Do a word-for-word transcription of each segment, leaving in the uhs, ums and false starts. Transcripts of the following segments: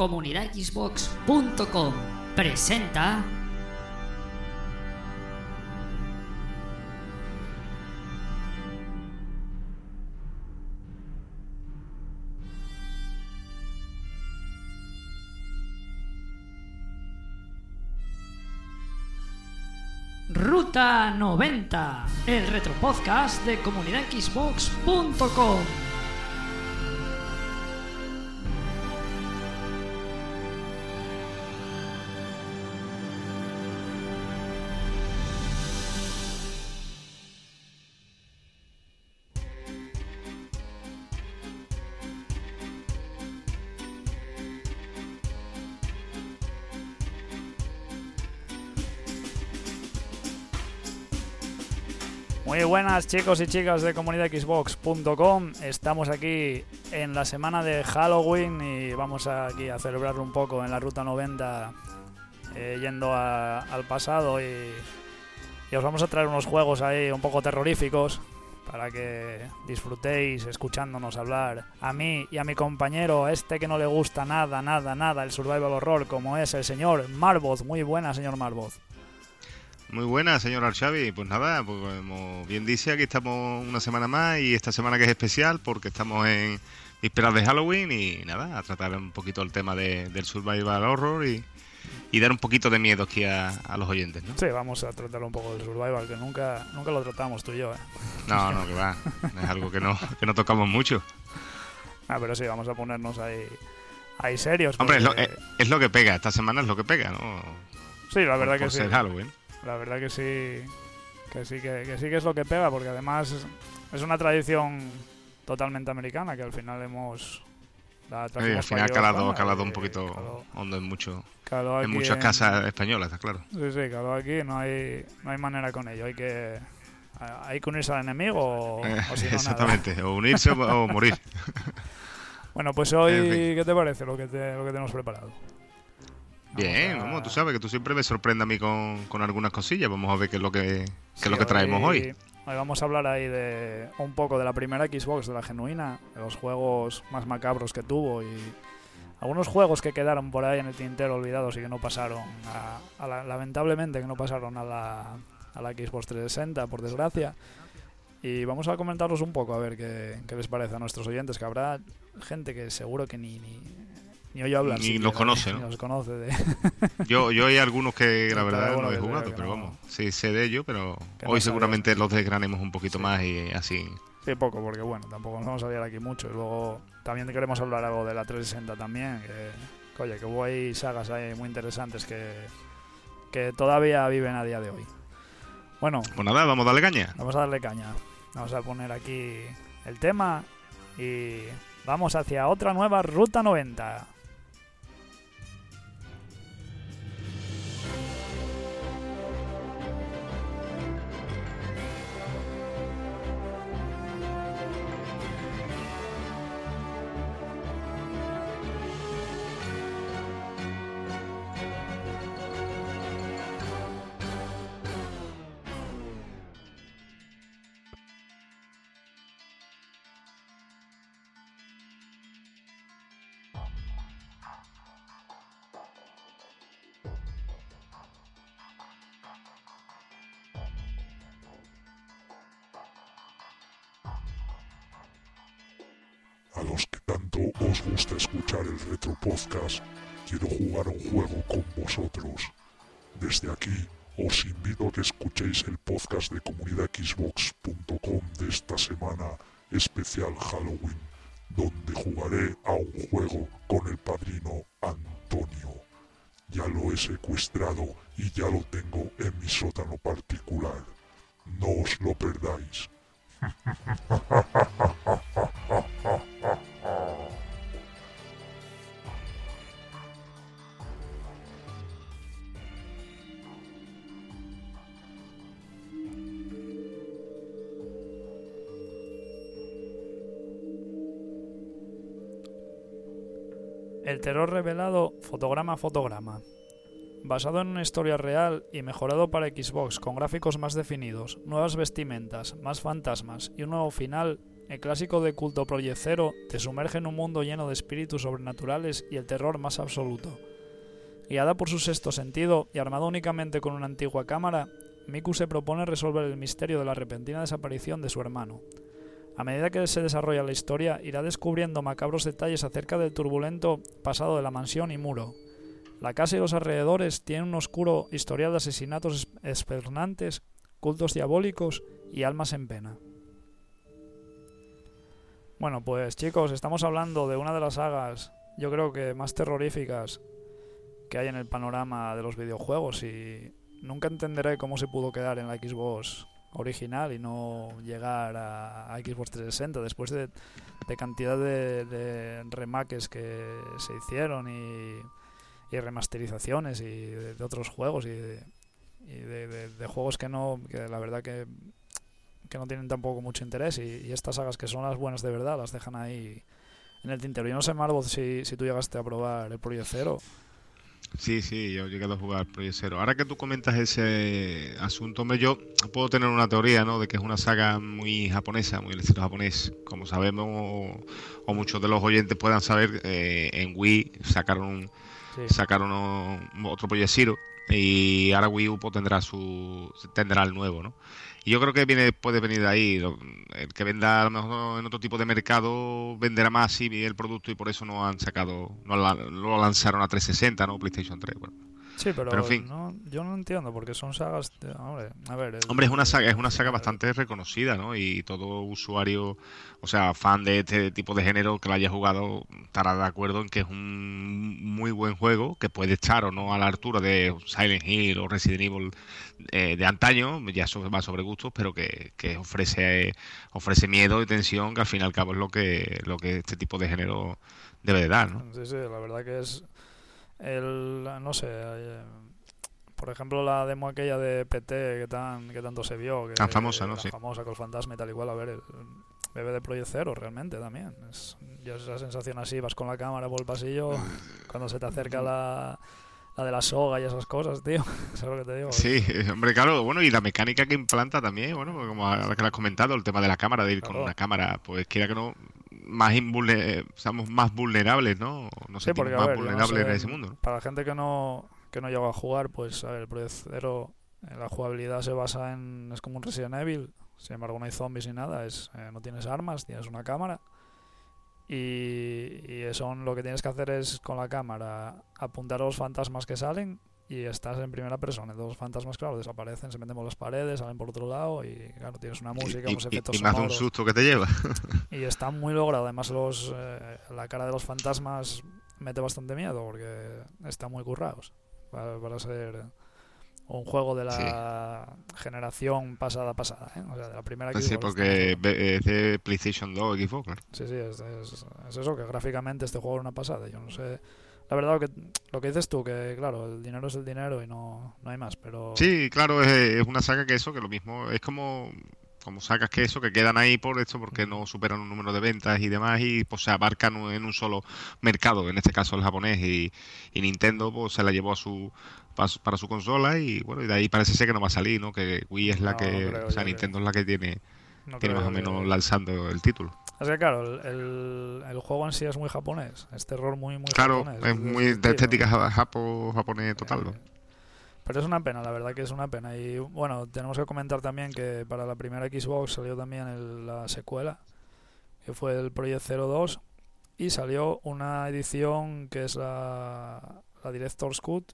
comunidad xbox punto com presenta Ruta noventa, el retropodcast de comunidad xbox punto com. Muy buenas chicos y chicas de comunidad xbox punto com. Estamos aquí en la semana de Halloween y vamos aquí a celebrarlo un poco en la Ruta noventa, eh, yendo a, al pasado y, y os vamos a traer unos juegos ahí un poco terroríficos para que disfrutéis escuchándonos hablar a mí y a mi compañero, a este que no le gusta nada, nada, nada el survival horror, como es el señor Marvoz. Muy buena, señor Marvoz. Muy buena, señor Archavi. Pues nada, pues como bien dice, aquí estamos una semana más y esta semana que es especial porque estamos en vísperas de Halloween y nada, a tratar un poquito el tema de, del survival horror y, y dar un poquito de miedo aquí a, a los oyentes, ¿no? Sí, vamos a tratar un poco del survival, que nunca nunca lo tratamos tú y yo, ¿eh? No, no, que va, es algo que no, que no tocamos mucho. Ah, pero sí, vamos a ponernos ahí, ahí serios. Hombre, porque... es, lo, es, es lo que pega, esta semana es lo que pega, ¿no? Sí, la verdad por, que por sí. ser Halloween. La verdad que sí, que sí que, que sí que es lo que pega, porque además es, es una tradición totalmente americana que al final hemos... La sí, al final ha calado, ha calado un poquito caló, hondo en, mucho, en muchas en, casas españolas, está claro. Sí, sí, caló aquí, no hay, no hay manera con ello, hay que... Hay que unirse al enemigo o, eh, o si no, exactamente, nada. O unirse o, o morir. Bueno, pues hoy, en fin. ¿qué te parece lo que, te, lo que tenemos preparado? Bien, a... vamos, tú sabes que tú siempre me sorprendes a mí con, con algunas cosillas. Vamos a ver qué es lo que, qué sí, es lo que traemos hoy, hoy. Hoy vamos a hablar ahí de un poco de la primera Xbox, de la genuina, de los juegos más macabros que tuvo y algunos juegos que quedaron por ahí en el tintero olvidados y que no pasaron, a, a la, lamentablemente que no pasaron a la, a la Xbox trescientos sesenta, por desgracia. Y vamos a comentarlos un poco, a ver qué, qué les parece a nuestros oyentes, que habrá gente que seguro que ni... ni Ni oye hablar. Ni si los quiera, conoce, ni ¿no? los conoce de... yo, yo hay algunos que la verdad bueno, no he que jugado, que pero no, vamos, sí sé de ellos, pero hoy no seguramente los desgranemos un poquito sí. más y así. Sí, poco, porque bueno, tampoco nos vamos a liar aquí mucho. Y luego también queremos hablar algo de la trescientos sesenta también, que, oye, que hubo ahí sagas ahí muy interesantes que, que todavía viven a día de hoy. Bueno, pues nada, vamos a darle caña. Vamos a darle caña. Vamos a poner aquí el tema y vamos hacia otra nueva Ruta noventa. A los que tanto os gusta escuchar el Retro Podcast, quiero jugar un juego con vosotros. Desde aquí os invito a que escuchéis el podcast de comunidad xbox punto com de esta semana especial Halloween, donde jugaré a un juego con el padrino Antonio. Ya lo he secuestrado y ya lo tengo en mi sótano particular. No os lo perdáis. El terror revelado fotograma a fotograma. Basado en una historia real y mejorado para Xbox con gráficos más definidos, nuevas vestimentas, más fantasmas y un nuevo final, el clásico de culto Project Zero te sumerge en un mundo lleno de espíritus sobrenaturales y el terror más absoluto. Guiada por su sexto sentido y armada únicamente con una antigua cámara, Miku se propone resolver el misterio de la repentina desaparición de su hermano. A medida que se desarrolla la historia, irá descubriendo macabros detalles acerca del turbulento pasado de la mansión y Muro. La casa y los alrededores tienen un oscuro historial de asesinatos espeluznantes, cultos diabólicos y almas en pena. Bueno, pues chicos, estamos hablando de una de las sagas, yo creo que más terroríficas que hay en el panorama de los videojuegos, y nunca entenderé cómo se pudo quedar en la Xbox original y no llegar a, a Xbox trescientos sesenta después de, de cantidad de, de remakes que se hicieron y, y remasterizaciones y de, de otros juegos y de, y de, de, de juegos que no, que la verdad que, que no tienen tampoco mucho interés, y, y estas sagas que son las buenas de verdad las dejan ahí en el tintero. Y no sé, Marvel, si, si tú llegaste a probar el Project Zero. Sí, sí, yo he llegado a jugar Project Zero. Ahora que tú comentas ese asunto, hombre, yo puedo tener una teoría, ¿no?, de que es una saga muy japonesa, muy al estilo japonés. Como sabemos, o, o muchos de los oyentes puedan saber, eh, en Wii sacaron un, sí. sacaron un, otro Project Zero, y ahora Wii U pues, tendrá su tendrá el nuevo, ¿no? Y yo creo que viene puede venir de ahí. El que venda a lo mejor en otro tipo de mercado venderá más sí, el producto, y por eso no han sacado, no lo lanzaron a trescientos sesenta, ¿no? PlayStation tres. Bueno. Sí, pero, pero en fin. No, yo no entiendo porque son sagas. De, hombre, a ver, el, hombre, es una saga, es una saga bastante reconocida, ¿no? Y todo usuario, o sea, fan de este tipo de género que lo haya jugado estará de acuerdo en que es un muy buen juego, que puede estar o no a la altura de Silent Hill o Resident Evil eh, de antaño, ya eso va sobre gustos, pero que, que ofrece eh, ofrece miedo y tensión, que al fin y al cabo es lo que lo que este tipo de género debe de dar, ¿no? Sí, sí, la verdad que es el, no sé, eh, por ejemplo la demo aquella de P T que tan que tanto se vio, que tan famosa, ¿no? La sí. famosa con el fantasma y tal igual, a ver, el bebé de Project Zero realmente también. Es, ya esa sensación así, vas con la cámara por el pasillo, cuando se te acerca la, la de la soga y esas cosas, tío. ¿Sabes lo que te digo? Sí, hombre, claro, bueno, y la mecánica que implanta también, bueno, como ahora que lo has comentado, el tema de la cámara, de ir claro. con una cámara, pues quiera que no, más invulner somos más vulnerables, ¿no? Nos sí, sentimos porque, más ver, vulnerables no sé, en ese mundo, ¿no? Para la gente que no que no llegó a jugar, pues a ver, el Project Zero, la jugabilidad se basa en, es como un Resident Evil, sin embargo no hay zombies ni nada, es eh, no tienes armas, tienes una cámara y, y eso lo que tienes que hacer es con la cámara apuntar a los fantasmas que salen y estás en primera persona. Entonces los fantasmas, claro, desaparecen, se meten por las paredes, salen por otro lado y claro, tienes una música, y, unos y, efectos y, y más de un susto que te lleva. Y está muy logrado, además los eh, la cara de los fantasmas mete bastante miedo porque están muy currados para, para ser un juego de la sí. generación pasada pasada, ¿eh? O sea, de la primera Xbox. Sí, porque es de PlayStation dos, Xbox, claro. Sí, sí, es, es, es eso, que gráficamente este juego era una pasada. Yo no sé, la verdad, lo que lo que dices tú, que claro, el dinero es el dinero y no, no hay más, pero... Sí, claro, es, es una saga que eso, que lo mismo, es como... como sacas que eso, que quedan ahí por esto porque no superan un número de ventas y demás, y pues se abarcan en un solo mercado, en este caso el japonés, y, y Nintendo pues se la llevó a su para su consola, y bueno, y de ahí parece ser que no va a salir, ¿no? Que Wii es la no, que, no creo, o sea, Nintendo que... es la que tiene, no tiene más o menos que... lanzando el título. Es que claro, el, el, el juego en sí es muy japonés, es terror muy, muy claro, japonés. Claro, es muy de, de estética japo, japonés total, ¿no? Eh, Pero es una pena, la verdad que es una pena. Y bueno, tenemos que comentar también que para la primera Xbox salió también el, la secuela, que fue el Project Zero dos, y salió una edición que es la, la Director's Cut,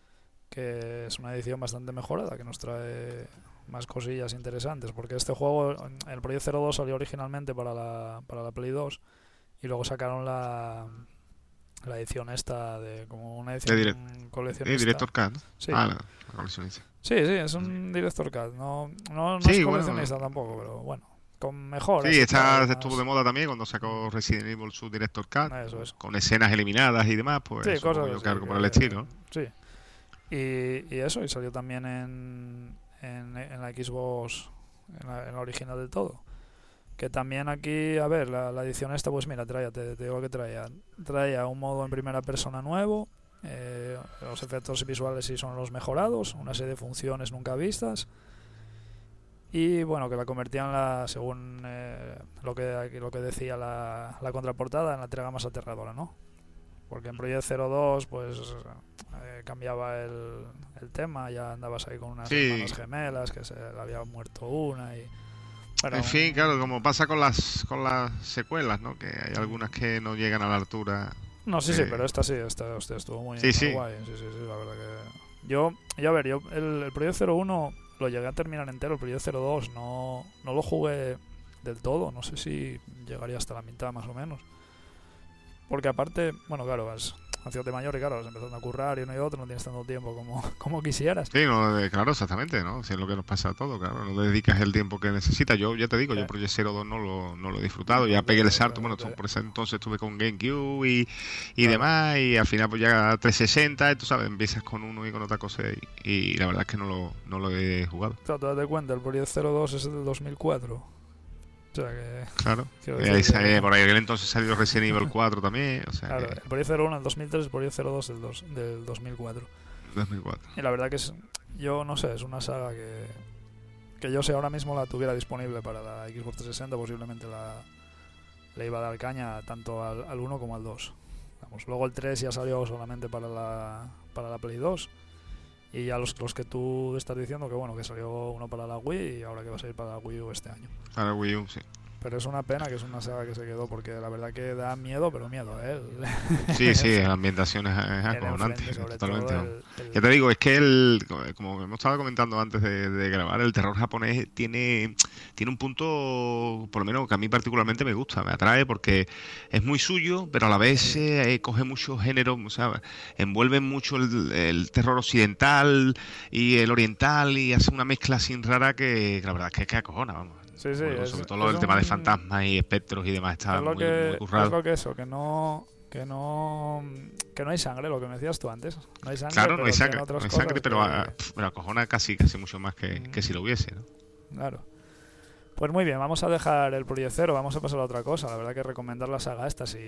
que es una edición bastante mejorada, que nos trae más cosillas interesantes, porque este juego, el Project Zero dos salió originalmente para la, para la Play dos, y luego sacaron la... la edición esta de como una edición de coleccionista. Sí, Director Cut. Sí. Ah, la, la coleccionista. Sí, sí, es un Director Cut. No, no, no sí, es coleccionista bueno. tampoco, pero bueno, con mejor. Sí, esta estuvo de moda también cuando sacó Resident Evil su Director Cut. Eso es. Con escenas eliminadas y demás, pues sí, eso, cosas yo así, cargo que, por el estilo, ¿no? Sí. Y, y eso, y salió también en, en, en la Xbox, en la, en la original del todo. Que también aquí, a ver, la, la edición esta, pues mira, traía, te, te digo que traía, traía un modo en primera persona nuevo, eh, los efectos visuales sí son los mejorados, una serie de funciones nunca vistas, y bueno, que la convertían la, según eh, lo que lo que decía la, la contraportada, en la entrega más aterradora, ¿no? Porque en Project Zero dos pues eh, cambiaba el, el tema, ya andabas ahí con unas sí. hermanas gemelas que se le había muerto una y bueno, en fin, claro, como pasa con las con las secuelas, ¿no? Que hay algunas que no llegan a la altura. No, sí, eh... sí, pero esta sí, esta hostia, estuvo muy, sí, muy sí. guay. Sí, sí, sí, la verdad que... Yo, yo a ver, yo el, el Project Zero uno lo llegué a terminar entero, el Project Zero dos no, no lo jugué del todo, no sé si llegaría hasta la mitad más o menos. Porque aparte, bueno, claro, vas haciéndote mayor y claro, vas empezando a currar y uno y otro, no tienes tanto tiempo como, como quisieras. Sí, no, eh, claro, exactamente, ¿no? Si es lo que nos pasa a todos, claro, no dedicas el tiempo que necesitas. Yo ya te digo, sí. yo Project Zero dos no lo, no lo he disfrutado, ya pegué el salto, bueno, por ese entonces estuve con GameCube y, y claro. demás, y al final pues ya trescientos sesenta, y tú sabes, empiezas con uno y con otra cosa, y, y la verdad es que no lo, no lo he jugado. Claro, tú date cuenta, el Project Zero dos es del dos mil cuatro. O sea que... Claro, y ahí sale, por ahí aquel entonces salió Resident Evil cuatro también, o sea claro, que... el Project Zero uno del dos mil tres, el Project Zero dos del, dos, del dos mil cuatro. dos mil cuatro. Y la verdad que es, yo no sé, es una saga que que yo si ahora mismo la tuviera disponible para la Xbox trescientos sesenta, posiblemente la le iba a dar caña tanto al, al uno como al dos. Vamos, luego el tres ya salió solamente para la para la Play dos. Y ya los, los que tú estás diciendo que bueno, que salió uno para la Wii y ahora que va a salir para la Wii U este año. Para la Wii U, sí. Pero es una pena que es una saga que se quedó porque la verdad que da miedo, pero miedo, ¿eh? Sí, sí, la ambientación es, es acojonante, totalmente. El, el... Ya te digo, es que el, como hemos estado comentando antes de, de grabar, el terror japonés tiene, tiene un punto, por lo menos que a mí particularmente me gusta, me atrae porque es muy suyo, pero a la vez eh, coge muchos géneros, o sea, envuelve mucho el, el terror occidental y el oriental y hace una mezcla así rara que, que la verdad es que, que acojona, vamos. Sí, sí, bueno, es, sobre todo el un... tema de fantasmas y espectros y demás está muy, que, muy currado. Es lo que eso, que no, que no que no hay sangre, lo que me decías tú antes. No hay sangre, claro, no hay sangre, no hay sangre, pero que... a, me la acojona casi, casi mucho más que, mm. que si lo hubiese, ¿no? Claro. Pues muy bien, vamos a dejar el Project Zero, vamos a pasar a otra cosa. La verdad que recomendar la saga esta, si,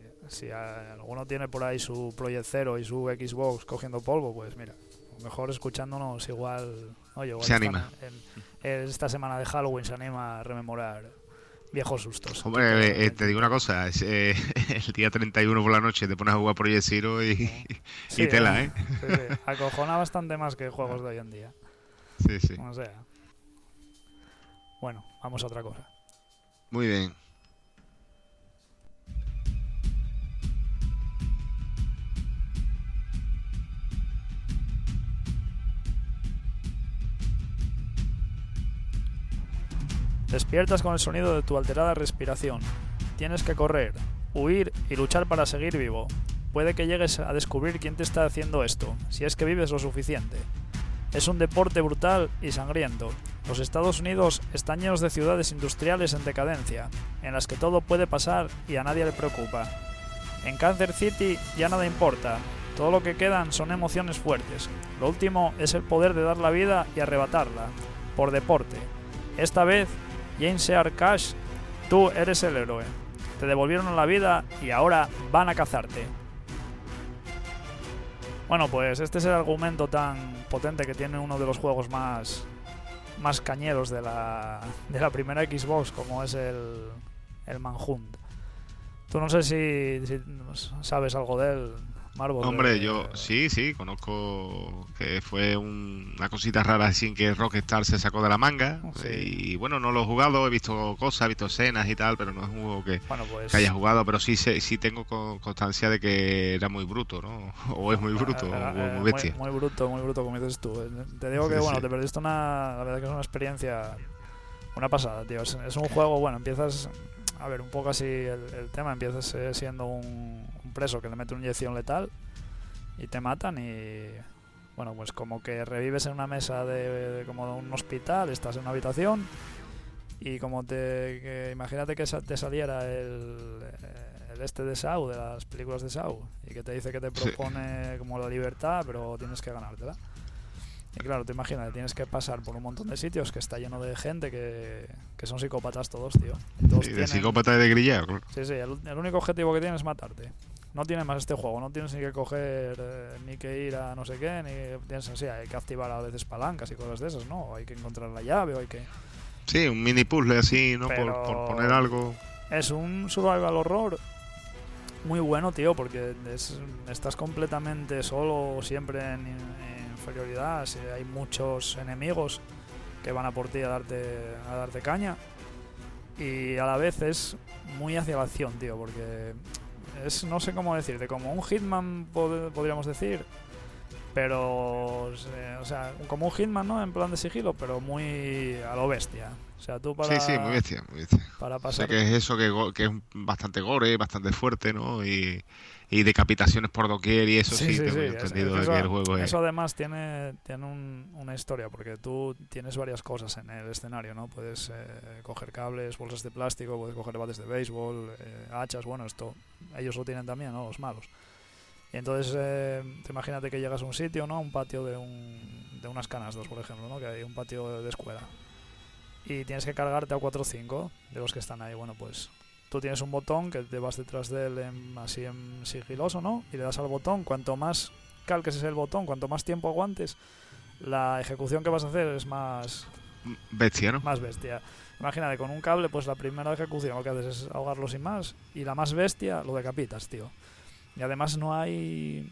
si alguno tiene por ahí su Project Zero y su Xbox cogiendo polvo, pues mira, mejor escuchándonos igual... Oye, igual se anima. En, en esta semana de Halloween se anima a rememorar viejos sustos. Hombre, eh, te digo una cosa, es, eh, el día treinta y uno por la noche te pones a jugar Project Zero y, sí, y tela, ¿eh? Sí, sí. Acojona bastante más que juegos de hoy en día. Sí, sí. O sea. Bueno, vamos a otra cosa. Muy bien. Despiertas con el sonido de tu alterada respiración. Tienes que correr, huir y luchar para seguir vivo. Puede que llegues a descubrir quién te está haciendo esto, si es que vives lo suficiente. Es un deporte brutal y sangriento. Los Estados Unidos están llenos de ciudades industriales en decadencia, en las que todo puede pasar y a nadie le preocupa. En Cancer City ya nada importa. Todo lo que quedan son emociones fuertes. Lo último es el poder de dar la vida y arrebatarla, por deporte. Esta vez, James Sear Cash, tú eres el héroe. Te devolvieron la vida y ahora van a cazarte. Bueno, pues este es el argumento tan potente que tiene uno de los juegos más, más cañeros de la, de la primera Xbox, como es el, el Manhunt. Tú no sé si, si sabes algo de él, Marvel. Hombre, de... yo sí, sí, conozco que fue un, una cosita rara así que Rockstar se sacó de la manga. Sí. Y bueno, no lo he jugado, he visto cosas, he visto escenas y tal, pero no es un juego que, bueno, pues... que haya jugado, pero sí sí tengo constancia de que era muy bruto, ¿no? O es muy bruto, era, o era, muy bestia. Muy, muy bruto, muy bruto, como dices tú. Te digo que, sí, bueno, sí. te perdiste una... La verdad que es una experiencia... Una pasada, tío. Es, es un juego, bueno, empiezas... A ver, un poco así el, el tema, empiezas eh, siendo un, un preso que le mete una inyección letal y te matan y bueno, pues como que revives en una mesa de, de como de un hospital, estás en una habitación y como te que, imagínate que te saliera el, el este de Saw, de las películas de Saw, y que te dice que te propone sí. como la libertad, pero tienes que ganártela. Y claro, te imaginas, tienes que pasar por un montón de sitios que está lleno de gente que, que son psicópatas todos, tío. Todos sí, tienen... de psicópata y de grillado. Sí, sí, el, el único objetivo que tienen es matarte. no tiene más este juego, no tienes ni que coger, eh, ni que ir a no sé qué, ni tienes así, hay que activar a veces palancas y cosas de esas, ¿no? Hay que encontrar la llave o hay que... Sí, un mini puzzle así, ¿no? Pero... Por, por poner algo. Es un survival horror muy bueno, tío, porque es, estás completamente solo, siempre en, en inferioridad, si hay muchos enemigos que van a por ti a darte, a darte caña, y a la vez es muy hacia la acción, tío, porque es, no sé cómo decirte, como un Hitman pod- podríamos decir, pero, o sea, como un Hitman, ¿no? En plan de sigilo, pero muy a lo bestia. O sea, tú para... Sí, sí, muy bestia, muy bestia. Para O pasar... sea, que es eso, que, go- que es bastante gore, bastante fuerte, ¿no? Y, y decapitaciones por doquier y eso sí, sí, tengo sí, yo es- entendido es de eso, que el juego es... eso además tiene, tiene un- una historia, porque tú tienes varias cosas en el escenario, ¿no? Puedes eh, coger cables, bolsas de plástico, puedes coger bates de béisbol, eh, hachas, bueno, esto ellos lo tienen también, ¿no? Los malos. Y entonces, eh, te imagínate que llegas a un sitio, ¿no? Un patio de, un, de unas canastas, por ejemplo, ¿no? Que hay un patio de escuela. Y tienes que cargarte a cuatro o cinco de los que están ahí. Bueno, pues tú tienes un botón que te vas detrás de él en, así en sigiloso, ¿no? Y le das al botón. Cuanto más calques ese botón, cuanto más tiempo aguantes, la ejecución que vas a hacer es más, Bestia, ¿no? más bestia. Imagínate, con un cable, pues la primera ejecución lo que haces es ahogarlo sin más. Y la más bestia, lo decapitas, tío. Y además no hay...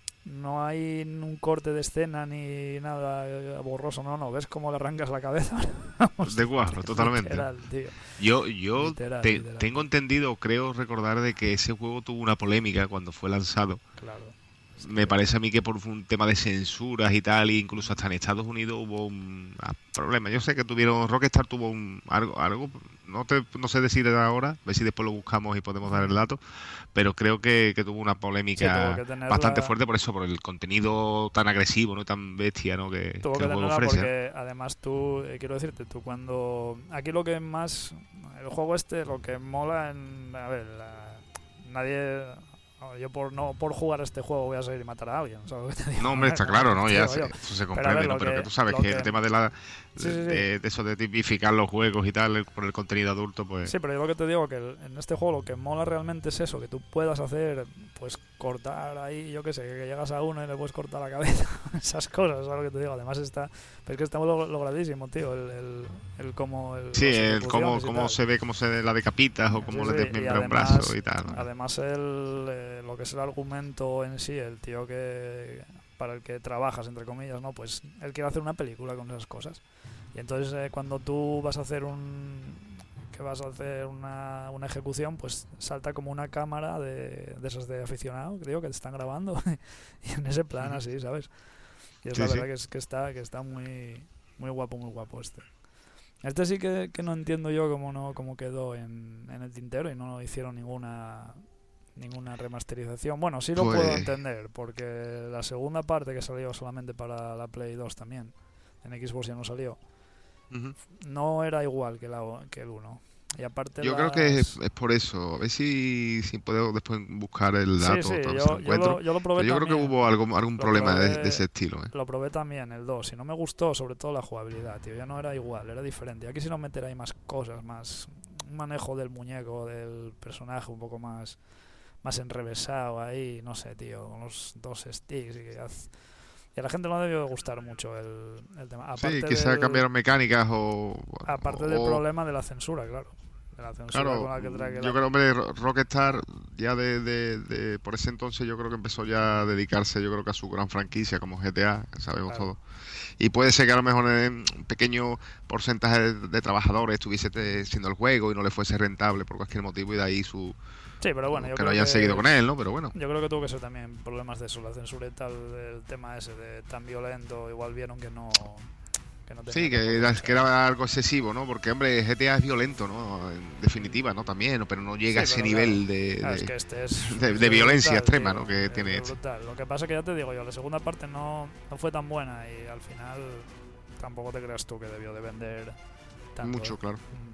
No hay un corte de escena ni nada borroso, no, no. ¿Ves cómo le arrancas la cabeza? Vamos, De guarro, totalmente. Literal, tío. Yo, yo Literal, te- literal. tengo entendido, creo recordar de que ese juego tuvo una polémica cuando fue lanzado. Claro. Me parece a mí que por un tema de censuras y tal, e incluso hasta en Estados Unidos hubo un ah, problema. Yo sé que tuvieron, Rockstar tuvo un algo, algo no te no sé decir ahora, a ver si después lo buscamos y podemos dar el dato, pero creo que, que tuvo una Sí, polémica tuvo que tenerla- bastante fuerte por eso, por el contenido tan agresivo, no tan bestia, ¿no? que, Tuvo que que el juego tenerla ofrece. porque además tú, eh, quiero decirte, tú cuando... Aquí lo que más... El juego este, lo que mola en... A ver, la- nadie... Yo por no por jugar a este juego voy a salir y matar a alguien, ¿sabes lo que te digo? No, hombre, está claro, ¿no? Ya Digo se, yo. eso se Pero a comprende, ver, ¿no? lo Pero que- que tú sabes lo que, que- el tema de la Sí, sí, sí. de, de eso de tipificar los juegos y tal por el contenido adulto, pues Sí, pero yo lo que te digo que el- en este juego lo que mola realmente es eso, que tú puedas hacer, pues cortar ahí, yo qué sé, que llegas a uno y le puedes cortar la cabeza, esas cosas, ¿sabes lo que te digo? Además está, pero es que está log- logradísimo, tío, el, el, el cómo... El, sí, las el cómo, ejecuciones y cómo tal. se ve, cómo se la decapitas o cómo Sí, le sí, desmembra y un además- brazo y tal, ¿no? Además el, eh, lo que es el argumento en sí, el tío que para el que trabajas, entre comillas, ¿no? Pues él quiere hacer una película con esas cosas. Y entonces eh, cuando tú vas a hacer un que vas a hacer una, una ejecución, pues salta como una cámara de, de esas de aficionado, creo, que te están grabando y en ese plan así, ¿sabes? Y es Sí, la sí. verdad que, es, que está que está muy muy guapo, muy guapo este. Este sí que, que no entiendo yo cómo no cómo quedó en, en el tintero y no hicieron ninguna ninguna remasterización. Bueno, sí lo Pues- puedo entender, porque la segunda parte que salió solamente para la Play dos también, en Xbox ya no salió, Ujú. no era igual que, la, que el uno. Y aparte Yo creo las- que es, es por eso. A ver si, si puedo después buscar el dato, Sí, sí, tal vez yo, si lo yo encuentro. lo, yo lo probé Pero yo creo que también. hubo algo, algún Lo problema de, probé- de ese estilo, ¿eh? Lo probé también, el dos, y no me gustó, sobre todo la jugabilidad, tío. Ya no era igual, era diferente. Aquí sí no meter ahí más cosas, más un manejo del muñeco, del personaje un poco más más enrevesado ahí, no sé, tío, con los dos sticks y, que haz- y a la gente no debió de gustar mucho el, el tema. Aparte Sí, quizá del, cambiaron mecánicas o... aparte o- del problema de la censura, claro. De la censura Claro, con la que trae que yo la- creo, hombre, Ro- Rockstar ya de, de, de- por ese entonces yo creo que empezó ya a dedicarse, yo creo que a su gran franquicia como G T A, que sabemos Claro. todo. Y puede ser que a lo mejor en un pequeño porcentaje de, de trabajadores estuviese te- siendo el juego y no le fuese rentable por cualquier motivo y de ahí su Sí, pero bueno, yo que creo no hayan que- seguido con él, ¿no? Pero bueno. Yo creo que tuvo que ser también problemas de eso, la censura y tal, el tema ese de tan violento, igual vieron que no... Que no tenía Sí, que tampoco era, mucha- que era algo excesivo, ¿no? Porque, hombre, G T A es violento, ¿no? En definitiva, ¿no? También, pero no llega Sí, a ese pero nivel claro, de... claro, de- es que este es, de- es de violencia brutal, extrema, tío, ¿no? que es tiene este. brutal. Lo que pasa que ya te digo yo, la segunda parte no, no fue tan buena y al final tampoco te creas tú que debió de vender tanto. Mucho, ¿eh? claro.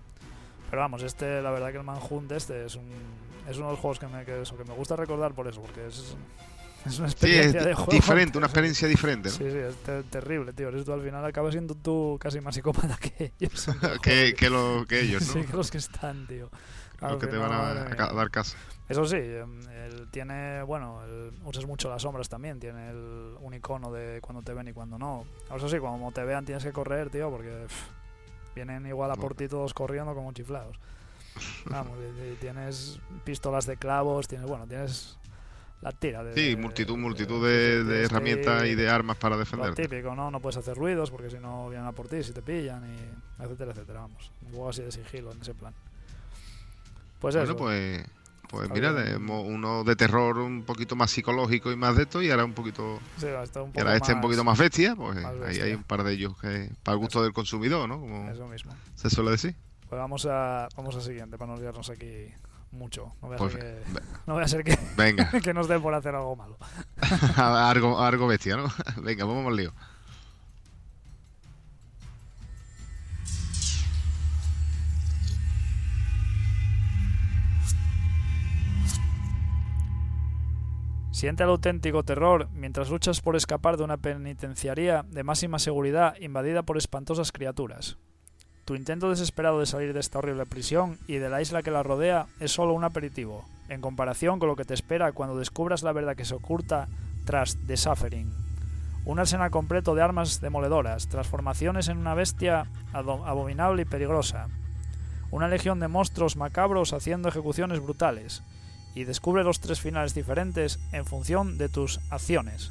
Mm. Pero vamos, este, la verdad que el Manhunt este es un es uno de los juegos que me, que eso, que me gusta recordar por eso, porque es, es una Sí, experiencia es de juego. diferente, una experiencia diferente, ¿no? Sí, sí, es te- terrible, tío. Eres tú al final acabas siendo tú casi más psicópata que ellos. en el que, juego, que, lo, que ellos, tío. ¿no? Sí, que los que están, tío. los que te van a, a dar casa. Eso sí, él tiene, bueno, él, usas mucho las sombras también, tiene el, un icono de cuando te ven y cuando no. Eso sí, cuando te vean tienes que correr, tío, porque pff, vienen igual a por ti todos corriendo como chiflados. Vamos, y, y tienes pistolas de clavos, tienes, bueno, tienes la tira de... Sí, multitud, multitud de, de, de herramientas y de armas para defenderte. Lo típico, ¿no? No puedes hacer ruidos porque si no vienen a por ti, si te pillan, y etcétera, etcétera, vamos. Un juego así de sigilo en ese plan. Pues bueno, eso. pues... Pues mira, de, uno de terror un poquito más psicológico y más de esto, y ahora un poquito... Sí, un y ahora este más, un poquito más bestia, pues más bestia. Ahí hay un par de ellos que para el gusto eso. Del consumidor, ¿no? Como eso mismo. Se suele decir. Pues vamos a vamos a siguiente, para no olvidarnos aquí mucho. No voy a pues, ser que, no voy a ser que, venga. que nos den por hacer algo malo. algo, algo bestia, ¿no? Venga, vamos al lío. Siente el auténtico terror mientras luchas por escapar de una penitenciaría de máxima seguridad invadida por espantosas criaturas. Tu intento desesperado de salir de esta horrible prisión y de la isla que la rodea es solo un aperitivo, en comparación con lo que te espera cuando descubras la verdad que se oculta tras The Suffering. Un arsenal completo de armas demoledoras, transformaciones en una bestia abominable y peligrosa, una legión de monstruos macabros haciendo ejecuciones brutales, y descubre los tres finales diferentes en función de tus acciones.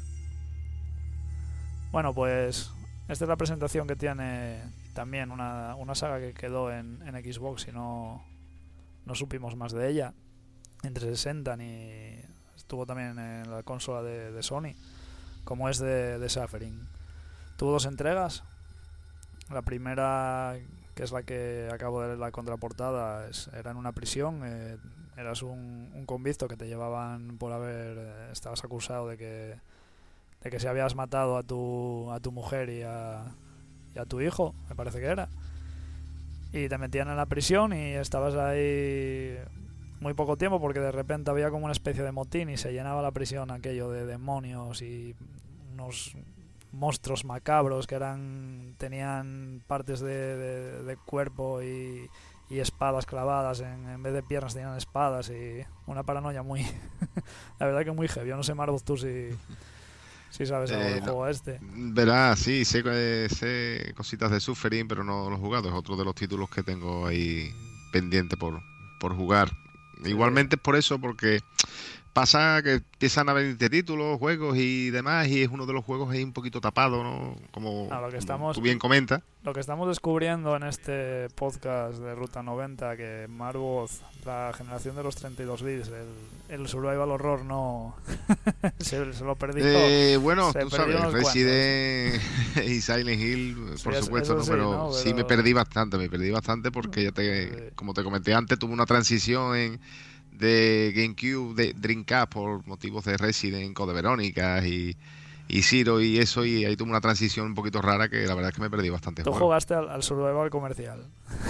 Bueno, pues esta es la presentación que tiene también una, una saga que quedó en, en Xbox y no, no supimos más de ella. En trescientos sesenta ni estuvo también en la consola de, de Sony, como es de, de Suffering. Tuvo dos entregas. La primera, que es la que acabo de leer la contraportada, es, era en una prisión. Eh, eras un, un convicto que te llevaban por haber... Eh, estabas acusado de que de que si habías matado a tu a tu mujer y a, y a tu hijo, me parece que era. Y te metían en la prisión y estabas ahí muy poco tiempo porque de repente había como una especie de motín y se llenaba la prisión aquello de demonios y unos monstruos macabros que eran tenían partes de, de, de cuerpo y, y espadas clavadas, en, en vez de piernas tenían espadas, y una paranoia muy la verdad que muy heavy. Yo no sé, Marvuz, tú si, si sabes algo eh, del no. juego este. Verás, sí, sé, sé cositas de Suffering, pero no lo he jugado. Es otro de los títulos que tengo ahí pendiente por, por jugar. Sí. Igualmente es por eso, porque pasa que empiezan a venirte títulos, juegos y demás, y es uno de los juegos ahí un poquito tapado, ¿no? Como, ah, lo que estamos, como tú bien comentas. Lo que estamos descubriendo en este podcast de Ruta noventa, que Marvoz, la generación de los treinta y dos bits, el, el survival horror no se, se lo perdió. Eh, bueno, tú sabes, Resident y Silent Hill, por sí, supuesto, ¿no? Sí, pero, ¿no? Pero sí me perdí bastante, me perdí bastante porque ya te, sí. como te comenté antes, tuve una transición en de GameCube, de Dreamcast, por motivos de Resident, Code Verónica y, y Zero y eso, y ahí tuve una transición un poquito rara que la verdad es que me perdí bastante. ¿Tú juego. jugaste al, al survival comercial?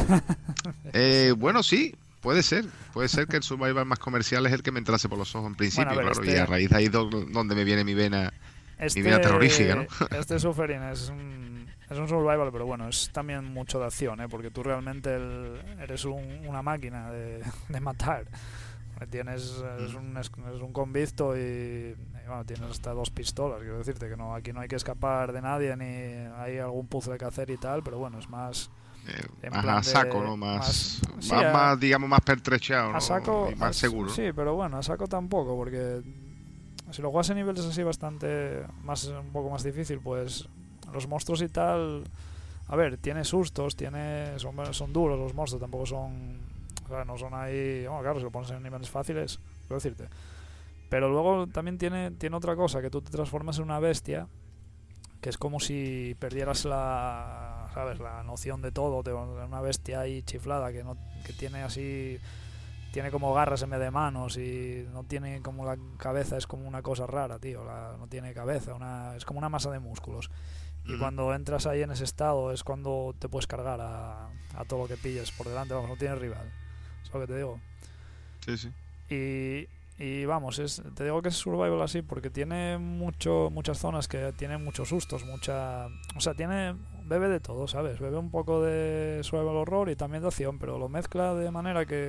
eh, bueno, sí, puede ser. Puede ser que el survival más comercial es el que me entrase por los ojos en principio, bueno, ver, claro, este, y a raíz de ahí do, donde me viene mi vena, este, mi vena terrorífica, ¿no? Este Suffering es un, es un survival, pero bueno, es también mucho de acción, ¿eh? Porque tú realmente el, eres un, una máquina de, de matar. Tienes es un, es un convicto y, y bueno, tienes hasta dos pistolas. Quiero decirte que no aquí no hay que escapar de nadie ni hay algún puzzle que hacer y tal, pero bueno, es más eh, más a saco, de, ¿no? Más, más, sí, más, a, más digamos más pertrechado, ¿no? A saco, y más a, seguro. Sí, pero bueno, a saco tampoco, porque si lo juegas en niveles así bastante más un poco más difícil, pues los monstruos y tal, a ver, tiene sustos, tiene son, son duros los monstruos, tampoco son... O sea, no son ahí... Bueno, claro, si lo pones en niveles fáciles, quiero decirte. Pero luego también tiene, tiene otra cosa, que tú te transformas en una bestia, que es como si perdieras la... ¿Sabes? La noción de todo. De una bestia ahí chiflada, que no que tiene así... Tiene como garras en vez de manos y no tiene como la cabeza, es como una cosa rara, tío. La, no tiene cabeza, una, es como una masa de músculos. Y mm. cuando entras ahí en ese estado es cuando te puedes cargar a, a todo lo que pilles por delante. Vamos, no tienes rival. Es lo que te digo. Sí, sí. Y, y vamos, es, te digo que es survival así porque tiene mucho muchas zonas que tienen muchos sustos, mucha... O sea, tiene... Bebe de todo, ¿sabes? Bebe un poco de survival horror y también de acción, pero lo mezcla de manera que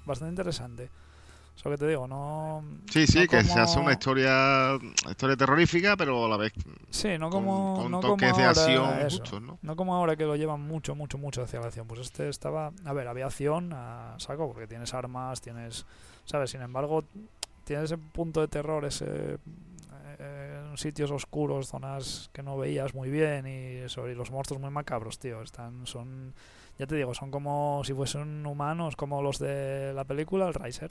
bastante interesante. Eso que te digo, no... Sí, sí, no que como... se hace una historia historia terrorífica, pero a la vez sí, no como, con, con no toques como de ahora, acción eso, justos, ¿no? No como ahora que lo llevan mucho, mucho, mucho hacia la acción. Pues este estaba... A ver, había acción a saco, porque tienes armas, tienes... ¿Sabes? Sin embargo, tiene ese punto de terror, ese... Eh, sitios oscuros, zonas que no veías muy bien y eso, y los monstruos muy macabros, tío. Están... Son... Ya te digo, son como si fuesen humanos, como los de la película, el Riser.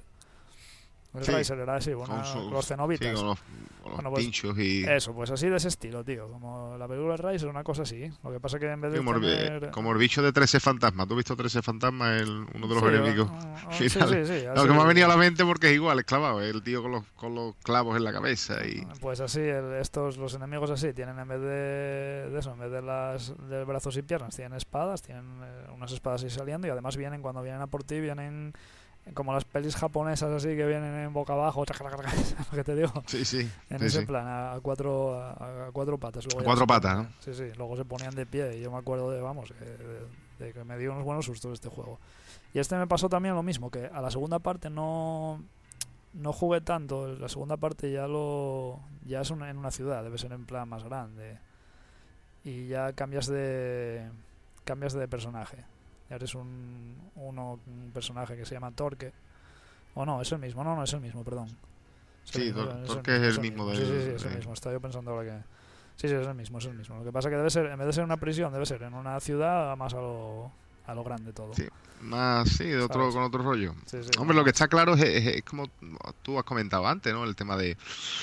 El Sí, Riser era así, bueno, con su- los cenobitas. Sí, con los, con los Bueno, pues, pinchos y... Eso, pues así de ese estilo, tío. Como la película de Riser, una cosa así. Lo que pasa que en vez de Como, el, tener... como el bicho de trece fantasmas. ¿Tú has visto trece fantasmas? El, uno de los Sí, enemigos o- o- sí, finales. sí, sí, Lo así. que me ha venido a la mente porque es igual, es clavado. El tío con los, con los clavos en la cabeza. Y... Pues así, el- estos, los enemigos así, tienen en vez de, de eso, en vez de las de brazos y piernas, tienen espadas, tienen eh, unas espadas así saliendo y además vienen, cuando vienen a por ti, vienen como las pelis japonesas así que vienen en boca abajo, ¿sabes lo que te digo? Sí, sí. En sí, ese sí. plan, a, a cuatro a, a cuatro patas. Luego A ya cuatro se patas, ponían- Sí, sí, luego se ponían de pie y yo me acuerdo de, vamos, que, de, de que me dio unos buenos sustos este juego. Y este me pasó también lo mismo, que a la segunda parte no no jugué tanto, la segunda parte ya lo ya es una, en una ciudad, debe ser en plan más grande. Y ya cambias de cambias de personaje. Ya eres un, uno, un personaje que se llama Torque. O no, es el mismo. No, no, es el mismo, perdón. Es el Sí, mismo, Tor- es Torque es el mismo Sí, sí, del- sí, es el de- mismo. Estaba yo pensando ahora que... Sí, sí, es el mismo, es el mismo. Lo que pasa que debe ser, en vez de ser una prisión, debe ser en una ciudad más a lo, a lo grande todo. Sí. Más, sí, de otro, ¿Sabes? con otro rollo. Sí, sí, Hombre, lo que más- está claro es, es- es como tú has comentado antes, ¿no? El tema de,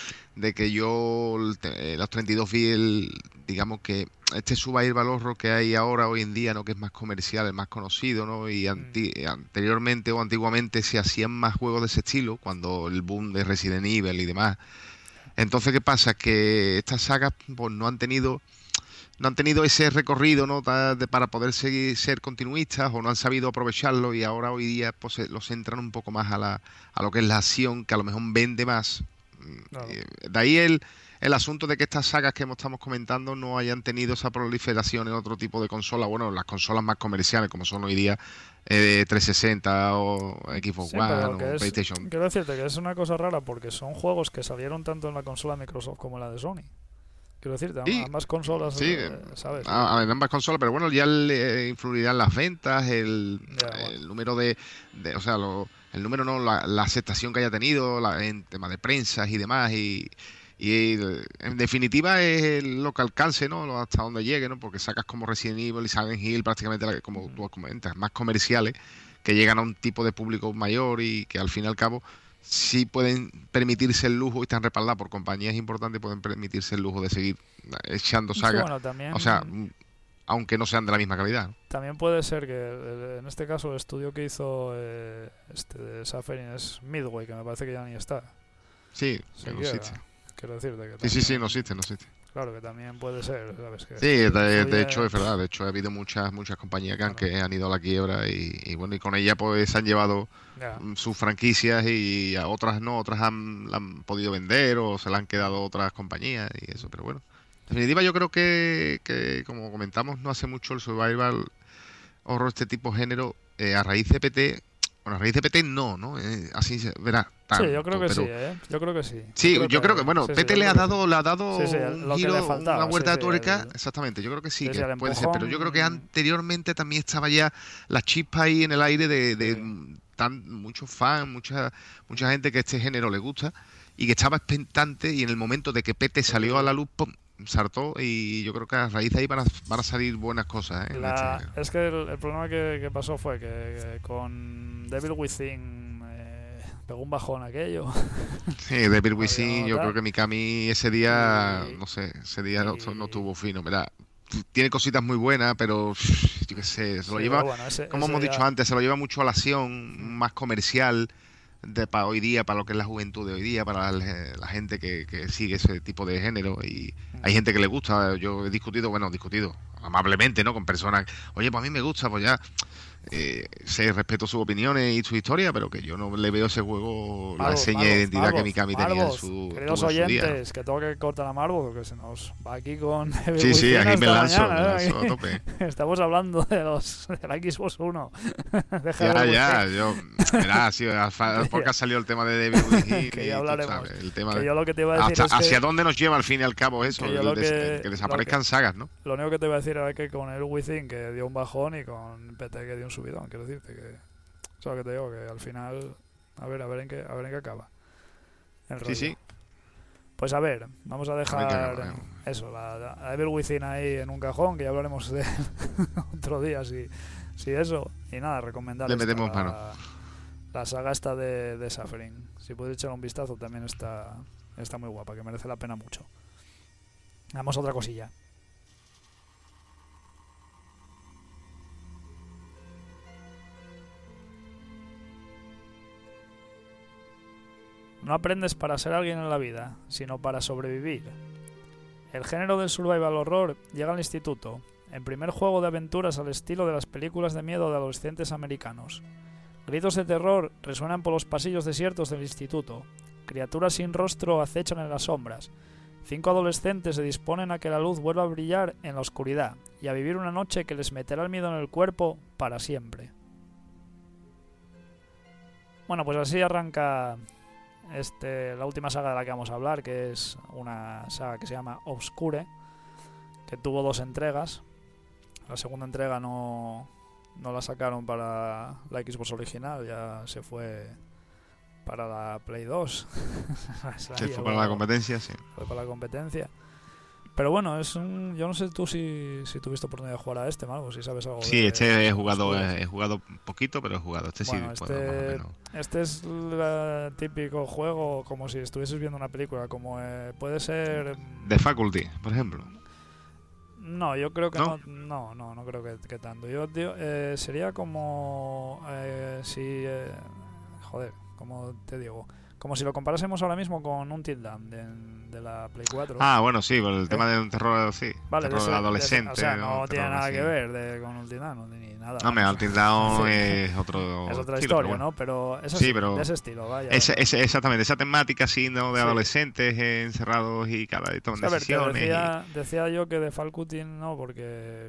de que yo, el te- eh, los treinta y dos vi el, digamos que este survival horror que hay ahora, hoy en día, ¿no? Que es más comercial, el más conocido, ¿no? Y anti- anteriormente o antiguamente se hacían más juegos de ese estilo, cuando el boom de Resident Evil y demás. Entonces, ¿qué pasa? Que estas sagas pues no han tenido no han tenido ese recorrido, ¿no? Ta- de- para poder seguir ser continuistas, o no han sabido aprovecharlo, y ahora hoy día pues se- los centran un poco más a la a lo que es la acción, que a lo mejor vende más. Claro. Eh, De ahí el el asunto de que estas sagas que hemos- estamos comentando no hayan tenido esa proliferación en otro tipo de consolas, bueno, las consolas más comerciales como son hoy día eh, trescientos sesenta o Xbox Sí, One pero o que es- PlayStation. Quiero decirte que es una cosa rara porque son juegos que salieron tanto en la consola Microsoft como en la de Sony. Quiero decirte, Sí, ambas consolas, sí, eh, ¿sabes? A, a- en ambas consolas, pero bueno, ya le influirán las ventas, el, Ya, bueno. el número de, de- o sea, lo- el número no, la, la aceptación que haya tenido la- en tema de prensas y demás, y, y el- en definitiva es lo que alcance, ¿no? Lo- hasta donde llegue, ¿no? Porque sacas como Resident Evil y Silent Hill prácticamente, la- como tú comentas, más comerciales, que llegan a un tipo de público mayor y que al fin y al cabo sí pueden permitirse el lujo y están respaldadas por compañías importantes, pueden permitirse el lujo de seguir echando Sí, sagas, bueno, también, o sea, mm, aunque no sean de la misma calidad, ¿no? también puede ser que el- en este caso el estudio que hizo eh, este de Suffering es Midway, que me parece que ya ni está. Sí, Se que no queda. existe. Quiero decirte que Sí, sí, sí, también- no existe, no existe. Claro, que también puede ser, ¿sabes? Que Sí, de, de influye- hecho es verdad, de hecho ha habido muchas muchas compañías que han, Claro. que han ido a la quiebra y, y bueno, y con ella pues se han llevado Ya. mm, sus franquicias y a otras no, otras han, la han podido vender o se la han quedado otras compañías y eso, pero bueno. En definitiva yo creo que, que como comentamos no hace mucho el survival horror, este tipo de género, eh, a raíz de P T, bueno, a raíz de P T no, ¿no? Eh, así se verá. Sí, yo creo que pero, sí, ¿eh? Yo creo que sí. Sí, yo creo que, bueno, sí, sí, P T yo le creo ha que dado, sí. le ha dado Sí, sí, un lo que giro, le faltaba, una vuelta sí, de sí, tuerca. el- Exactamente, yo creo que sí, Sí, que sí, el puede ser, pero yo creo que empujón- anteriormente también estaba ya la chispa ahí en el aire de, de Sí. tan muchos fans, mucha mucha gente que este género le gusta y que estaba expectante, y en el momento de que P T salió a la luz, pum, saltó, y yo creo que a raíz de ahí van a, van a salir buenas cosas, ¿eh? en La- este- Es que el, el problema que, que pasó fue que, que con Devil Within eh, pegó un bajón aquello. Sí, Devil Within, yo tal. creo que Mikami ese día, Y- no sé, ese día no, y- no tuvo fino, mira, tiene cositas muy buenas, pero yo qué sé, se lo Sí, lleva, pero bueno, ese- como ese hemos ya- dicho antes, se lo lleva mucho a la acción, más comercial, de para hoy día, para lo que es la juventud de hoy día, para la, la gente que, que sigue ese tipo de género, y hay gente que le gusta. Yo he discutido, bueno, discutido amablemente, ¿no? Con personas, oye, pues a mí me gusta, pues ya, eh, sé, respeto sus opiniones y su historia, pero que yo no le veo ese juego la Marvos, seña Marvos, de identidad Marvos, que Mikami tenía en Marvos, su, queridos tuvo en su día. oyentes, que tengo que cortar a Marvos porque se nos va aquí con Sí, sí, aquí me lanzo, mañana, me ¿eh? lanzo a tope. Estamos hablando de los de la Xbox One. Deja Ya, de ya, yo, verá, sí, porque ha salido el tema de Devil Within que y ya tú hablaremos. sabes, el tema Que de yo lo que te iba a decir hasta, es que, hacia dónde nos lleva al fin y al cabo eso, que el yo lo des- que- que desaparezcan lo que- sagas, ¿no? lo único que te iba a decir era que con el Within que dio un bajón y con P T que dio un subidón, quiero decirte que eso es lo que te digo, que al final a ver, a ver en qué, a ver en qué acaba. El Sí, rollo. sí. Pues a ver, vamos a ver qué dejar acaba, eh. eso, la, la Evil Within ahí en un cajón, que ya hablaremos de otro día si, si eso. Y nada, recomendar Le esta, metemos la, mano. la saga esta de, de Suffering. Si podéis echar un vistazo también está, está muy guapa, que merece la pena mucho. Vamos a otra cosilla. No aprendes para ser alguien en la vida, sino para sobrevivir. El género del survival horror llega al instituto, en primer juego de aventuras al estilo de las películas de miedo de adolescentes americanos. Gritos de terror resuenan por los pasillos desiertos del instituto. Criaturas sin rostro acechan en las sombras. Cinco adolescentes se disponen a que la luz vuelva a brillar en la oscuridad y a vivir una noche que les meterá el miedo en el cuerpo para siempre. Bueno, pues así arranca este, la última saga de la que vamos a hablar, que es una saga que se llama Obscure, que tuvo dos entregas. La segunda entrega no, no la sacaron para la Xbox original, ya se fue para la Play dos. Se Se llevó- fue para la competencia, sí. fue para la competencia. Pero bueno, es un, yo no sé tú si, si tuviste oportunidad de jugar a este, Margo, si sabes algo. Sí, de- este he de jugado, Obscure. he jugado poquito, pero he jugado. Este Bueno, sí, este- puedo, más o menos. Este es el típico juego como si estuvieses viendo una película, como eh, puede ser... mm, The Faculty, por ejemplo. No, yo creo que no, ¿No? no, no, no creo que, que tanto. Yo digo, eh, sería como eh, si, eh, joder, como te digo, como si lo comparásemos ahora mismo con Until Dawn de, de la Play cuatro. Ah, bueno, sí, por el tema de un terror, sí. Vale, terror de ese- de ese- adolescente. o sea, no un tiene terror nada así. que ver de, con Until Dawn, no, ni nada. No, me vamos. Until Dawn Sí. es otro Es otra estilo, historia, pero bueno. ¿no? Pero es Sí, así, pero de ese estilo, vaya. Ese- ese- exactamente, esa temática así, ¿no? De Sí. adolescentes eh, encerrados y cada vez toman Sí, a ver, te decisiones. y- decía, decía yo que de Faculty no, porque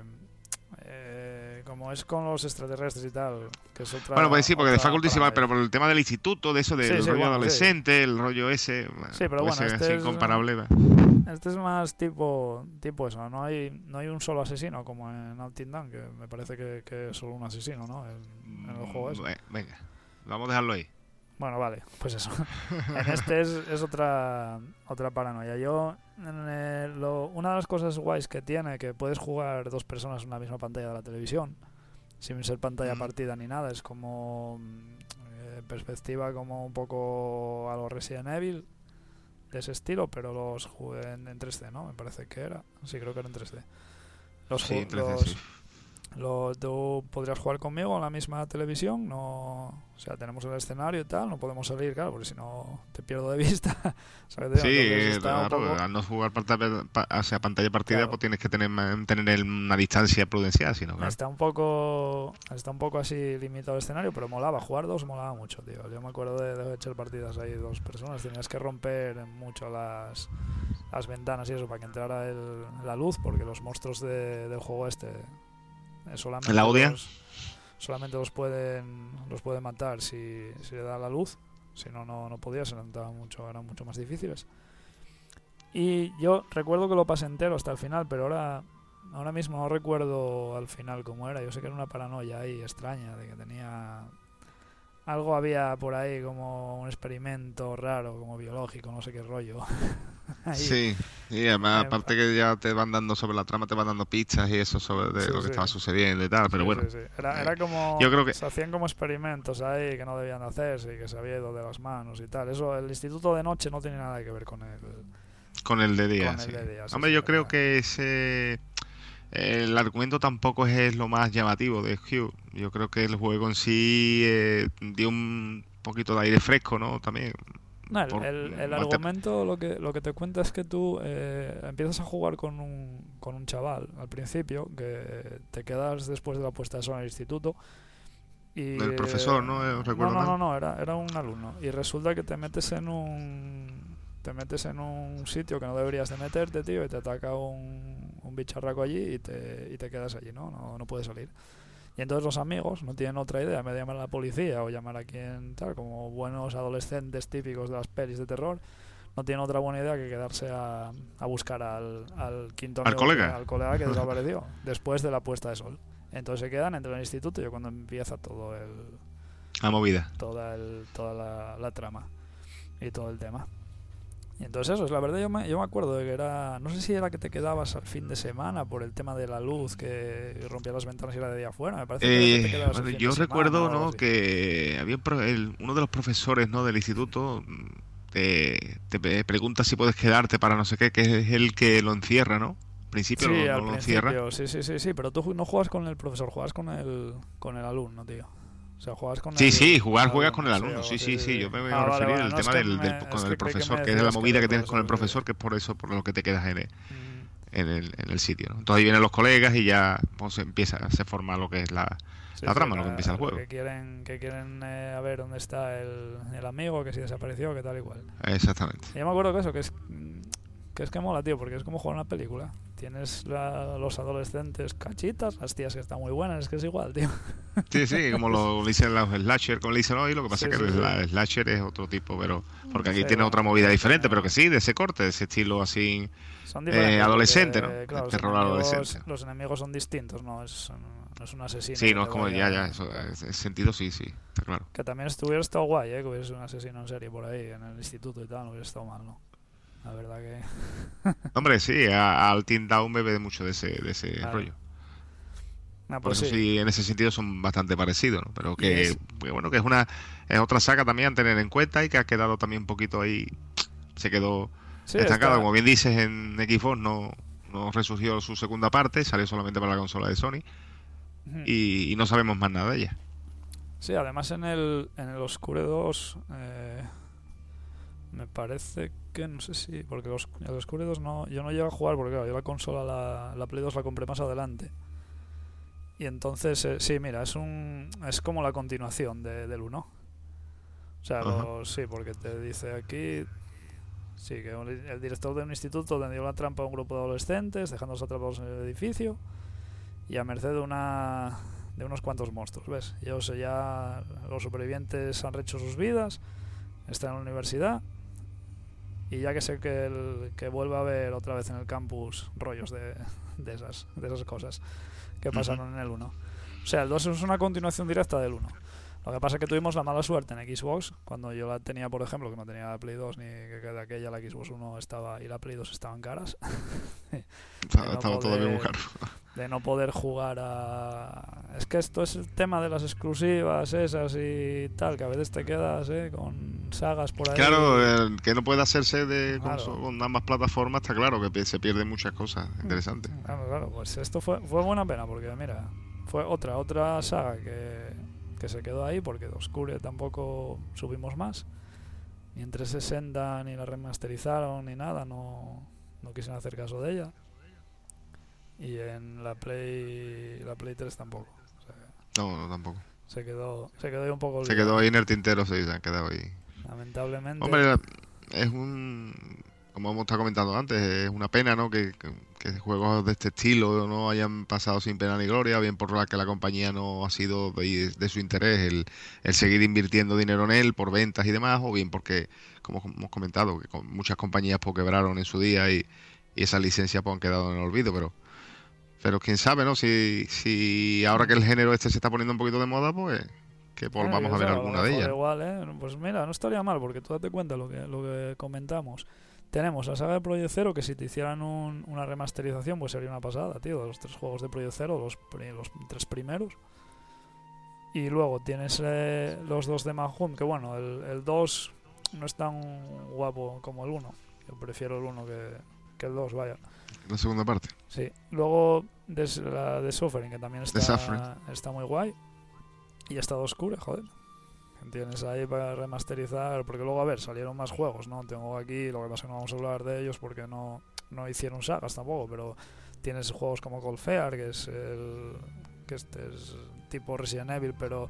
eh, como es con los extraterrestres y tal, que es otra. Bueno, pues sí, porque de otra Faculty sí va, parada. pero por el tema del instituto, de eso, del Sí, sí, rollo bueno, sí. adolescente, el rollo ese, Sí, pero puede bueno, ser este así es- incomparable. va. Este es más tipo tipo eso, no hay no hay un solo asesino como en Until Dawn, que me parece que, que es solo un asesino, ¿no? En, en el juego ese. Ve- Venga, vamos a dejarlo ahí. Bueno, vale, pues eso. En este es, es otra otra paranoia. Yo, en el- lo- una de las cosas guays que tiene, que puedes jugar dos personas en la misma pantalla de la televisión, sin ser pantalla Mm. partida ni nada, es como eh, perspectiva como un poco a lo Resident Evil, de ese estilo, pero los jugué en, en tres D, ¿no? Me parece que era. Sí, creo que era en tres D. Los, Sí, ju- tres D, los- sí. lo- tú podrías jugar conmigo en la misma televisión, no, o sea, tenemos el escenario y tal, no podemos salir, claro, porque si no te pierdo de vista. ¿Sabes? Te digo, Sí, entonces eh, está un claro, poco- al no jugar pantalla, pa- o sea, pantalla partida, Claro. pues tienes que tener, mantener una distancia prudencial, sino claro. Está un poco está un poco así limitado el escenario, pero molaba, jugar dos molaba mucho, tío. Yo me acuerdo de, de echar partidas ahí dos personas, tenías que romper mucho las, las ventanas y eso para que entrara el- la luz, porque los monstruos de- del juego este eh, solamente ¿La odia? los, solamente los pueden los pueden matar si, si le da la luz, si no no no podías, eran mucho eran mucho más difíciles. Y yo recuerdo que lo pasé entero hasta el final, pero ahora ahora mismo no recuerdo al final cómo era. Yo sé que era una paranoia ahí extraña, de que tenía... Algo había por ahí como un experimento raro, como biológico, no sé qué rollo. Ahí. Sí, y además, Eh, aparte que ya te van dando sobre la trama, te van dando pistas y eso sobre de Sí, lo que sí. estaba sucediendo y tal, pero Sí, bueno. sí, sí. Era, era como... Yo creo que- Se hacían como experimentos ahí que no debían de hacerse y que se había ido de las manos y tal. Eso, el instituto de noche no tiene nada que ver con el... Con el de día, Con el sí. de día, sí, Hombre, sí, yo verdad. creo que ese... El argumento tampoco es lo más llamativo de Hugh. Yo creo que el juego en sí eh, dio un poquito de aire fresco, ¿no? También. No, el, Por- el- el te- argumento lo que, lo que te cuenta es que tú eh, empiezas a jugar con un, con un chaval al principio, que te quedas después de la puesta de sol en el instituto Y, el profesor, ¿no? Eh, ¿recuerdo no, no, mal? no, no, era, era un alumno. Y resulta que te metes en un te metes en un sitio que no deberías de meterte, tío, y te ataca un, un bicharraco allí y te, y te quedas allí, ¿no? ¿no? No puedes salir. Y entonces los amigos no tienen otra idea en vez de llamar a la policía o llamar a quien tal, como buenos adolescentes típicos de las pelis de terror, no tienen otra buena idea que quedarse a, a buscar al, al quinto ¿Al amigo colega? que, al colega que desapareció después de la puesta de sol. Entonces se quedan entre el instituto y cuando empieza todo el La movida. toda el, toda la, la trama y todo el tema. Y entonces eso, es la verdad, yo me, yo me acuerdo de que era, no sé si era que te quedabas al fin de semana por el tema de la luz que rompía las ventanas y era de día afuera, me parece que, era que te Eh, quedabas bueno, el fin yo de semana recuerdo, o algo ¿no? así. Que había un pro- el- uno de los profesores, ¿no? Del instituto te, te pe- pregunta si puedes quedarte para no sé qué, que es el que lo encierra, ¿no? Al principio Sí, no, no al lo encierra. principio, sí, sí, sí, sí, pero tú ju- no juegas con el profesor, juegas con el, con el alumno, tío. O sea, juegas con Sí, el, sí, jugar con el juegas alumno, con el sí, alumno, algo sí, así, sí, sí, yo me voy a Ah, vale, referir vale, al no, es tema que del, del- me- con es el que creí que profesor, me que es de la decías que movida que era tienes todo con el eso, profesor, que es por eso, por lo que te quedas en el, Mm, en el, en el sitio, ¿no? Entonces ahí vienen los colegas y ya pues empieza, se forma lo que es la, sí, la sí, trama, lo que la- empieza el lo juego. que quieren, que quieren eh, a ver dónde está el, el amigo, que si desapareció, que tal y cual. Exactamente. Y yo me acuerdo que eso, que es que es que mola, tío, porque es como jugar una película. Tienes la, los adolescentes cachitas, las tías que están muy buenas, es que es igual, tío. Sí, sí, como lo dicen los slasher, como le dicen hoy, lo que pasa Sí, es que sí, el, sí. el slasher es otro tipo, pero porque aquí Sí, tiene bueno, otra movida diferente, tiene- pero que sí, de ese corte, de ese estilo así, Son eh, diferentes. adolescente, porque, ¿no? Claro, El los terror enemigos, adolescente. los enemigos son distintos, no es, no es un asesino. Sí, que no te es como, vaya- ya, ya, eso, ese sentido sí, sí, está claro. Que también estuviera estado guay, eh, que hubiese un asesino en serie por ahí, en el instituto y tal, no hubiera estado mal, ¿no? La verdad que... Hombre, sí, a, al Team Down bebe de mucho de ese, de ese Claro. rollo. Ah, Por pues eso sí. sí, en ese sentido son bastante parecidos, ¿no? Pero Y que, es- que bueno, que es una es otra saga también a tener en cuenta y que ha quedado también un poquito ahí, se quedó Sí, estancado. está- Como bien dices, en Xbox no, no resurgió su segunda parte, salió solamente para la consola de Sony Ujú. y, y no sabemos más nada de ella. Sí, además en el, en el Oscure dos eh, me parece que no sé si, porque los, el Oscure dos no, yo no llego a jugar porque claro, yo la consola, la, la Play dos la compré más adelante. Y entonces, eh, sí, mira, es un es como la continuación de, del uno. O sea, Ajá. lo- sí, porque te dice aquí, sí, que un- el director de un instituto tendió la trampa a un grupo de adolescentes, dejándolos atrapados en el edificio y a merced de una de unos cuantos monstruos, ¿ves? Y ellos ya, los supervivientes han rehecho sus vidas, están en la universidad y ya que sé que el, que vuelva a haber otra vez en el campus rollos de, de esas de esas cosas que pasaron en el uno. O sea, el dos es una continuación directa del uno. Lo que pasa es que tuvimos la mala suerte en Xbox, cuando yo la tenía, por ejemplo, que no tenía la Play dos, ni que de aquella la Xbox uno estaba y la Play dos estaban caras, Estaba, no estaba todo bien poder- buscado. de no poder jugar a... Es que esto es el tema de las exclusivas esas y tal, que a veces te quedas eh, con sagas por ahí. Claro, eh, que no puede hacerse de Claro. conso- con ambas plataformas, está claro que pi- se pierden muchas cosas interesantes. Claro, claro, pues esto fue, fue buena pena, porque mira, fue otra, otra saga que, que se quedó ahí, porque de Oscure tampoco subimos más. Ni en trescientos sesenta ni la remasterizaron ni nada, no, no quisieron hacer caso de ella. Y en la Play la Play tres tampoco. O sea, No, no, tampoco. se quedó se quedó ahí un poco Se olvidado. quedó ahí en el tintero, sí, se han quedado ahí. Lamentablemente. Hombre, es un... Como hemos estado comentando antes, es una pena, ¿no? Que, que, que juegos de este estilo no hayan pasado sin pena ni gloria, bien por la que la compañía no ha sido de, de su interés el, el seguir invirtiendo dinero en él por ventas y demás, o bien porque, como hemos comentado, que con muchas compañías pues, quebraron en su día y, y esas licencias pues, han quedado en el olvido, pero pero quién sabe, ¿no? Si, si ahora que el género este se está poniendo un poquito de moda, pues que volvamos Eh, a ver eso, alguna lo de mejor ellas. Igual, ¿eh? Pues mira, no estaría mal, porque tú date cuenta lo que, lo que comentamos. Tenemos la saga de Project Zero, que si te hicieran un- una remasterización, pues sería una pasada, tío, de los tres juegos de Project Zero, los, pri- los tres primeros. Y luego tienes eh, los dos de Manhunt, que bueno, el, el dos no es tan guapo como el uno. Yo prefiero el uno que, que el dos, vaya. La segunda parte. Sí. Luego des, la de Suffering, que también The Suffering. está, está muy guay. Y Estado Oscuro, joder. Tienes ahí para remasterizar, porque luego, a ver, salieron más juegos, ¿no? Tengo aquí, lo que pasa es que no vamos a hablar de ellos porque no, no hicieron sagas tampoco, pero tienes juegos como Cold Fear, que es el que este es tipo Resident Evil, pero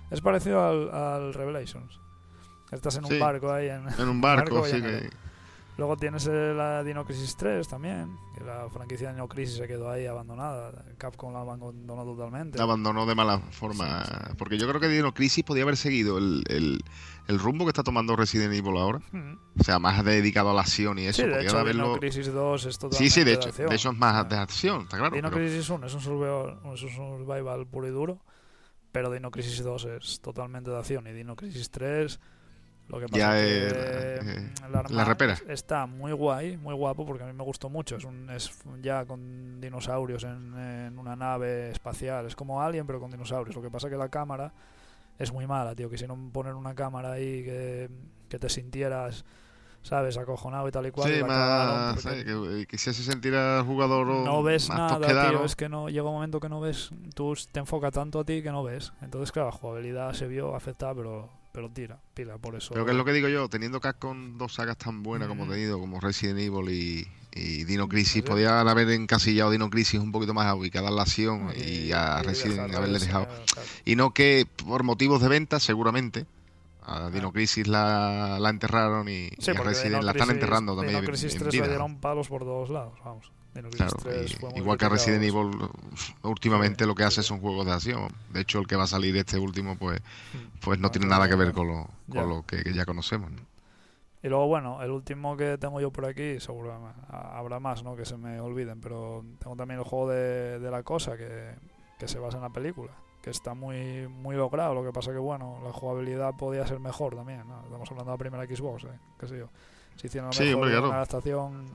Es parecido al, al Revelations. Estás en un Sí, barco ahí. En, en un barco, barco sí lleno de- que... Luego tienes eh, la Dino Crisis tres también, que la franquicia de Dino Crisis se quedó ahí abandonada. Capcom la abandonó totalmente. La abandonó de mala forma. Sí, sí. Porque yo creo que Dino Crisis podía haber seguido el, el, el rumbo que está tomando Resident Evil ahora. Mm. O sea, más dedicado a la acción y eso. Sí, de podía hecho, haberlo... Dino Crisis dos es totalmente Sí, sí, de de hecho, acción. de hecho es más Ah. de acción, está claro. Dino pero- Crisis uno es un, survival, es un survival puro y duro, pero Dino Crisis dos es totalmente de acción. Y Dino Crisis tres, lo que pasa Ya es que es, eh, eh, el arma la repera. está muy guay, muy guapo, porque a mí me gustó mucho. Es, un, es ya con dinosaurios en, en una nave espacial. Es como Alien, pero con dinosaurios. Lo que pasa es que la cámara es muy mala, tío. Quisieron poner una cámara ahí que, que te sintieras, ¿sabes?, acojonado y tal y cual. y Sí, la cagaron más... porque ¿sabes? Que, que se hace sentir al jugador no ves más nada, tosquedado. tío. Es que no llega un momento que no ves. Tú te enfoca tanto a ti que no ves. Entonces, claro, la jugabilidad se vio afectada, pero, pero tira, pila, por eso. Pero que es lo que digo yo, teniendo Capcom dos sagas tan buenas como Mm. he tenido, como Resident Evil y, y Dino Crisis, Pues sí. podían haber encasillado Dino Crisis un poquito más ubicada en la acción y, a y Resident dejarlo haberle ese, dejado. claro. Y no que por motivos de venta, seguramente, a Dino Ah. Crisis la, la enterraron y, Sí, y a porque Resident Dino la están Crisis- enterrando también Dino Crisis en tres vida. le ¿no? dieron palos por todos lados, vamos. Dino Crisis Claro, tres y- fue muy igual que criticado, Resident sí. Evil últimamente Sí, lo que hace sí. son juegos de acción. De hecho, el que va a salir este último, pues, Mm. pues no Ah, tiene claro, nada que ver claro. con lo, Ya. con lo que, que ya conocemos. ¿no? Y luego, bueno, el último que tengo yo por aquí, seguro ha- habrá más, ¿no?, que se me olviden, pero tengo también el juego de, de La Cosa, que, que se basa en la película, que está muy muy logrado. Lo que pasa que, bueno, la jugabilidad podía ser mejor también, ¿no? Estamos hablando de la primera Xbox, ¿eh? Qué sé yo. Si hicieron a lo Sí, mejor hombre, claro. una adaptación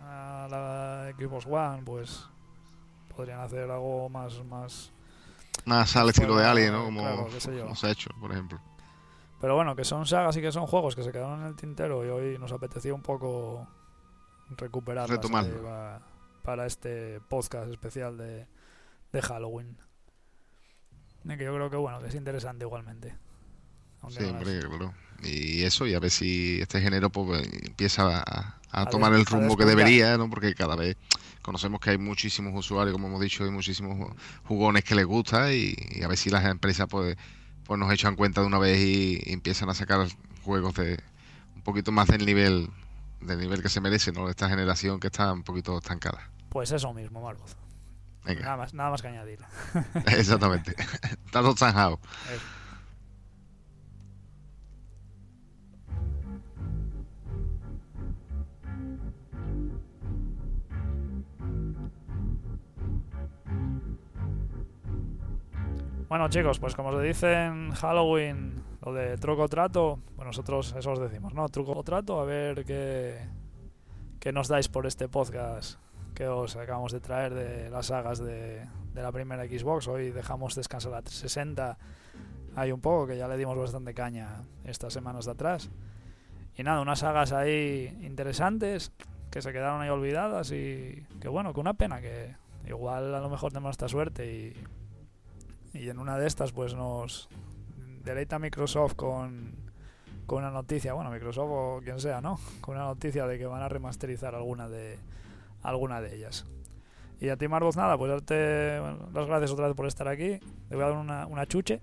a la Xbox One, pues podrían hacer algo más... más Más al estilo de fuera, Alien, ¿no? Como, claro, qué sé yo. como se ha hecho, por ejemplo. Pero bueno, que son sagas y que son juegos que se quedaron en el tintero y hoy nos apetecía un poco recuperarlas Retomarlo. ahí pa- para este podcast especial de, de Halloween. Y que yo creo que bueno, que es interesante igualmente. Aunque Sí, no hombre, es- claro. Y eso, y a ver si este género pues, empieza a, a A tomar des- el a rumbo que despuntar. debería, ¿no? Porque cada vez conocemos que hay muchísimos usuarios, como hemos dicho, hay muchísimos ju- jugones que les gusta y, y a ver si las empresas pues, pues nos echan cuenta de una vez y, y empiezan a sacar juegos de un poquito más del nivel del nivel que se merece, ¿no? De esta generación que está un poquito estancada. Pues eso mismo, Marcos. Venga, Nada más, nada más que añadir. exactamente. Está todo zanjado. Eso. Bueno, chicos, pues como se dice en Halloween, lo de truco o trato, pues nosotros eso os decimos, ¿no? Truco o trato, a ver qué, qué nos dais por este podcast que os acabamos de traer de las sagas de, de la primera Xbox. Hoy dejamos descansar la trescientos sesenta hay un poco, que ya le dimos bastante caña estas semanas de atrás. Y nada, unas sagas ahí interesantes que se quedaron ahí olvidadas y que bueno, que una pena, que igual a lo mejor tenemos esta suerte y, y en una de estas pues nos deleita Microsoft con, con una noticia, bueno, Microsoft o quien sea, ¿no? Con una noticia de que van a remasterizar alguna de alguna de ellas. Y a ti, Marvoz, nada, pues darte bueno, las gracias otra vez por estar aquí. Te voy a dar una, una chuche.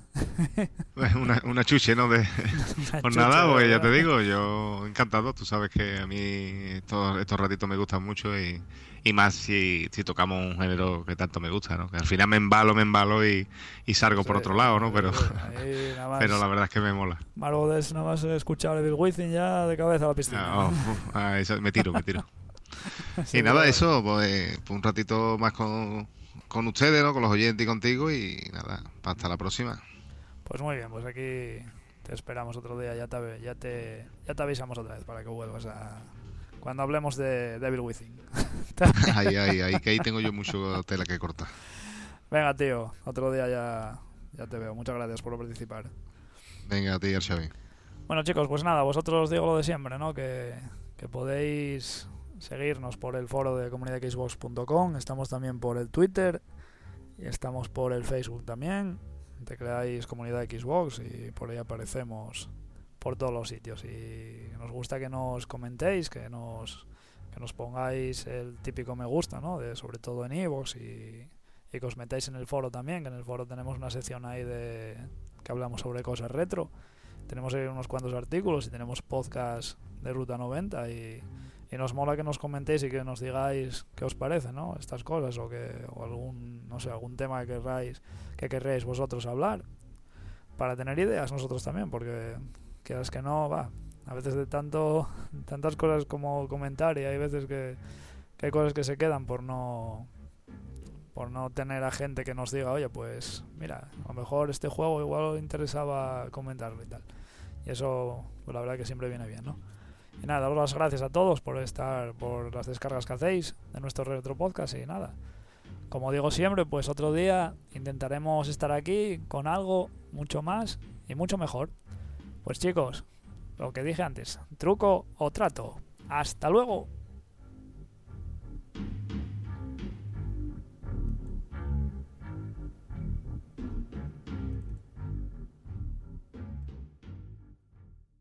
Una, una chuche, ¿no? De, Una pues chuche, nada, pues ya ¿verdad? te digo, yo encantado. Tú sabes que a mí estos, estos ratitos me gustan mucho y, y más si, si tocamos un género que tanto me gusta, ¿no? Que al final me embalo, me embalo y, y salgo por Sí, otro lado, ¿no? Pero, ahí nada más. pero la verdad es que me mola. Marvoz es nada más escuchar Evil Within ya de cabeza a la piscina. Ah, oh, uf, ah, eso- me tiro, me tiro. Sí, Y nada, pero- eso, pues, pues un ratito más con, con ustedes, ¿no? Con los oyentes y contigo y nada, hasta la próxima. Pues muy bien, pues aquí te esperamos otro día, ya te, ya te, ya te avisamos otra vez para que vuelvas a... Cuando hablemos de Devil Within. Ahí, ahí, ahí, que ahí tengo yo mucho tela que cortar. Venga, tío, otro día ya, ya te veo. Muchas gracias por participar. Venga, a ti, Xavi. Bueno, chicos, pues nada, vosotros os digo lo de siempre, ¿no? Que, que podéis seguirnos por el foro de comunidad xbox punto com. Estamos también por el Twitter y estamos por el Facebook también. Te creáis comunidad Xbox y por ahí aparecemos por todos los sitios. Y nos gusta que nos comentéis, que nos, que nos pongáis el típico me gusta, ¿no? De, sobre todo en iVoox y, y que os metáis en el foro también, que en el foro tenemos una sección ahí de que hablamos sobre cosas retro. Tenemos ahí unos cuantos artículos y tenemos podcast de Ruta noventa y, y nos mola que nos comentéis y que nos digáis qué os parece, ¿no? Estas cosas o que o algún, no sé, algún tema que querráis, que querréis vosotros hablar para tener ideas nosotros también, porque quieras que no, va, a veces de tanto tantas cosas como comentar y hay veces que, que hay cosas que se quedan por no por no tener a gente que nos diga, oye, pues mira, a lo mejor este juego igual interesaba comentarlo y tal. Y eso, pues la verdad que siempre viene bien, ¿no? Y nada, daros las gracias a todos por estar, por las descargas que hacéis de nuestro retro podcast y nada. Como digo siempre, pues otro día intentaremos estar aquí con algo mucho más y mucho mejor. Pues chicos, lo que dije antes, truco o trato. ¡Hasta luego!